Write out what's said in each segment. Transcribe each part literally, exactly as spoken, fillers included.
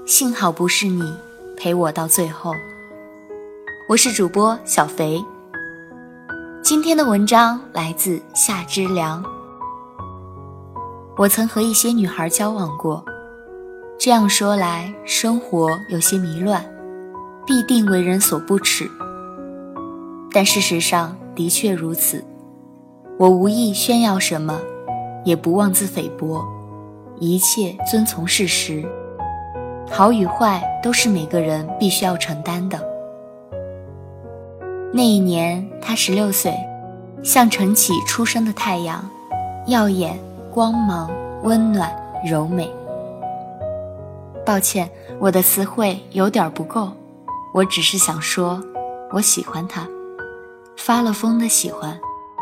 幸好不是你陪我到最后。我是主播小肥，今天的文章来自夏之良。我曾和一些女孩交往过，这样说来，生活有些迷乱，必定为人所不齿。但事实上的确如此，我无意炫耀什么，也不妄自菲薄，一切遵从事实，好与坏都是每个人必须要承担的。那一年他十六岁，像晨起初升的太阳，耀眼、光芒、温暖、柔美。抱歉，我的词汇有点不够，我只是想说，我喜欢他，发了疯的喜欢。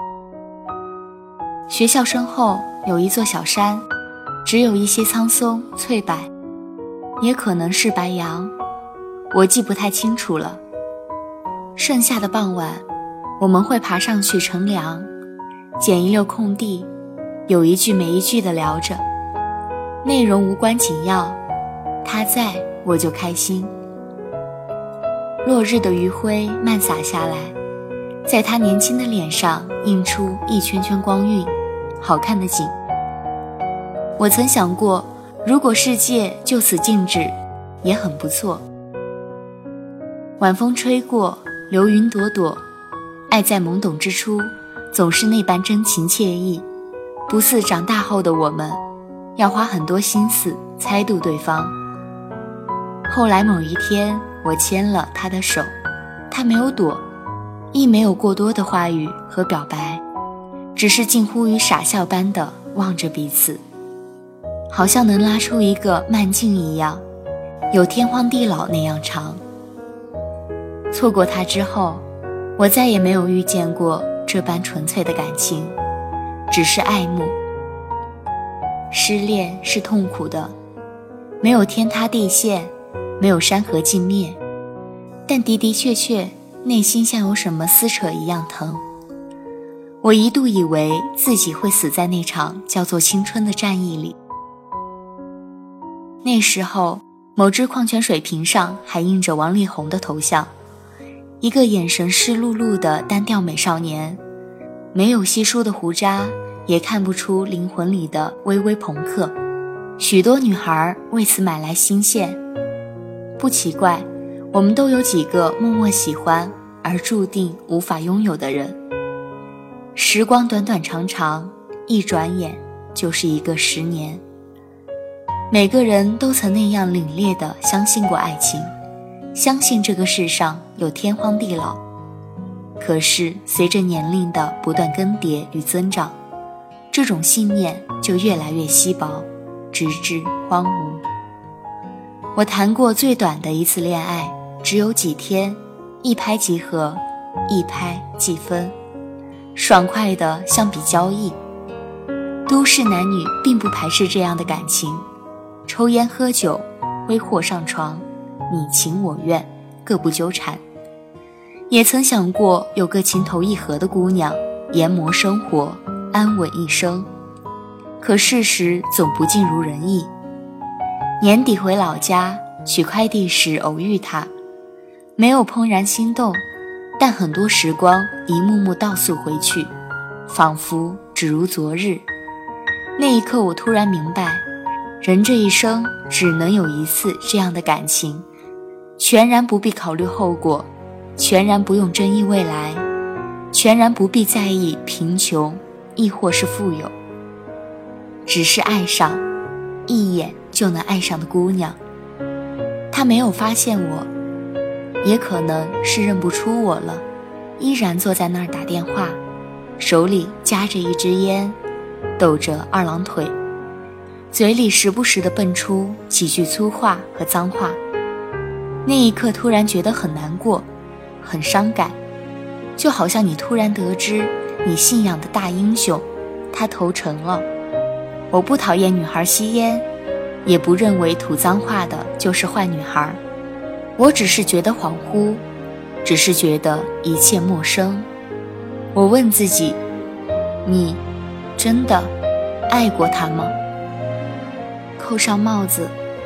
学校身后有一座小山，只有一些苍松、翠柏，也可能是白杨，我记不太清楚了。盛夏的傍晚，我们会爬上去乘凉，捡一溜空地，有一句没一句地聊着，内容无关紧要，他在我就开心。落日的余晖漫洒下来，在他年轻的脸上映出一圈圈光晕，好看的景。我曾想过，如果世界就此静止，也很不错。晚风吹过，流云朵朵，爱在懵懂之初，总是那般真情惬意，不似长大后的我们，要花很多心思猜度对方。后来某一天，我牵了他的手，他没有躲，亦没有过多的话语和表白，只是近乎于傻笑般的望着彼此，好像能拉出一个慢镜一样，有天荒地老那样长。错过他之后，我再也没有遇见过这般纯粹的感情，只是爱慕。失恋是痛苦的，没有天塌地陷，没有山河尽灭，但的的确确内心像有什么撕扯一样疼。我一度以为自己会死在那场叫做青春的战役里。那时候某只矿泉水瓶上还印着王力宏的头像，一个眼神湿漉漉的单调美少年，没有稀疏的胡渣，也看不出灵魂里的微微朋克。许多女孩为此买来新线，不奇怪，我们都有几个默默喜欢而注定无法拥有的人。时光短短长长，一转眼就是一个十年。每个人都曾那样凛冽地相信过爱情，相信这个世上有天荒地老。可是随着年龄的不断更迭与增长，这种信念就越来越稀薄，直至荒芜。我谈过最短的一次恋爱，只有几天，一拍即合，一拍即分，爽快的像笔交易。都市男女并不排斥这样的感情，抽烟喝酒，挥霍上床，你情我愿，各不纠缠。也曾想过有个情投意合的姑娘，研磨生活，安稳一生。可事实总不尽如人意。年底回老家取快递时偶遇她，没有怦然心动，但很多时光一幕幕倒溯回去，仿佛只如昨日。那一刻我突然明白，人这一生只能有一次这样的感情，全然不必考虑后果，全然不用争议未来，全然不必在意贫穷亦或是富有，只是爱上一眼就能爱上的姑娘。她没有发现我，也可能是认不出我了，依然坐在那儿打电话，手里夹着一支烟，抖着二郎腿，嘴里时不时地蹦出几句粗话和脏话。那一刻突然觉得很难过，很伤感，就好像你突然得知你信仰的大英雄他投诚了。我不讨厌女孩吸烟，也不认为吐脏话的就是坏女孩，我只是觉得恍惚，只是觉得一切陌生。我问自己，你真的爱过他吗？扣上帽子，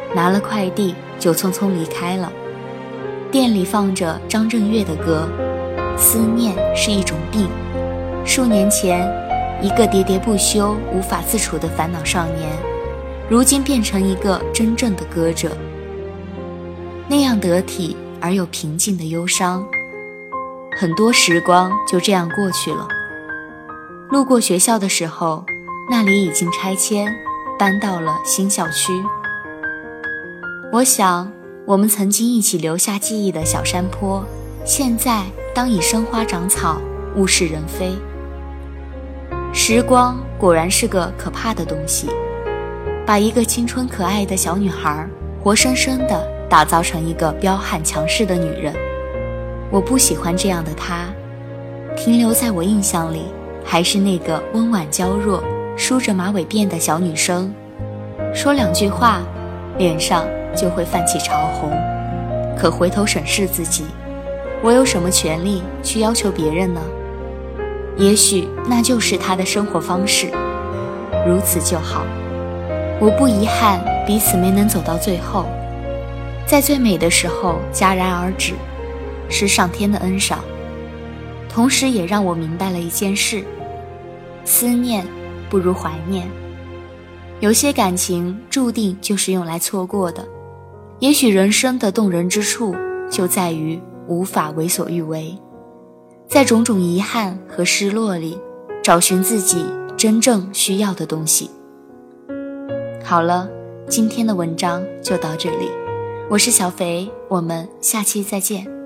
拿了快递就匆匆离开了。店里放着张震岳的歌，思念是一种病。数年前，一个喋喋不休、无法自处的烦恼少年，如今变成一个真正的歌者，那样得体而又平静的忧伤。很多时光就这样过去了。路过学校的时候，那里已经拆迁，搬到了新校区。我想，我们曾经一起留下记忆的小山坡，现在当已生花长草，物是人非。时光果然是个可怕的东西，把一个青春可爱的小女孩活生生地打造成一个彪悍强势的女人。我不喜欢这样的她，停留在我印象里还是那个温婉娇弱、梳着马尾辫的小女生，说两句话，脸上就会泛起潮红。可回头审视自己，我有什么权利去要求别人呢？也许那就是她的生活方式，如此就好。我不遗憾彼此没能走到最后，在最美的时候戛然而止，是上天的恩赏。同时也让我明白了一件事，思念不如怀念。有些感情注定就是用来错过的，也许人生的动人之处就在于无法为所欲为，在种种遗憾和失落里找寻自己真正需要的东西。好了，今天的文章就到这里，我是小肥，我们下期再见。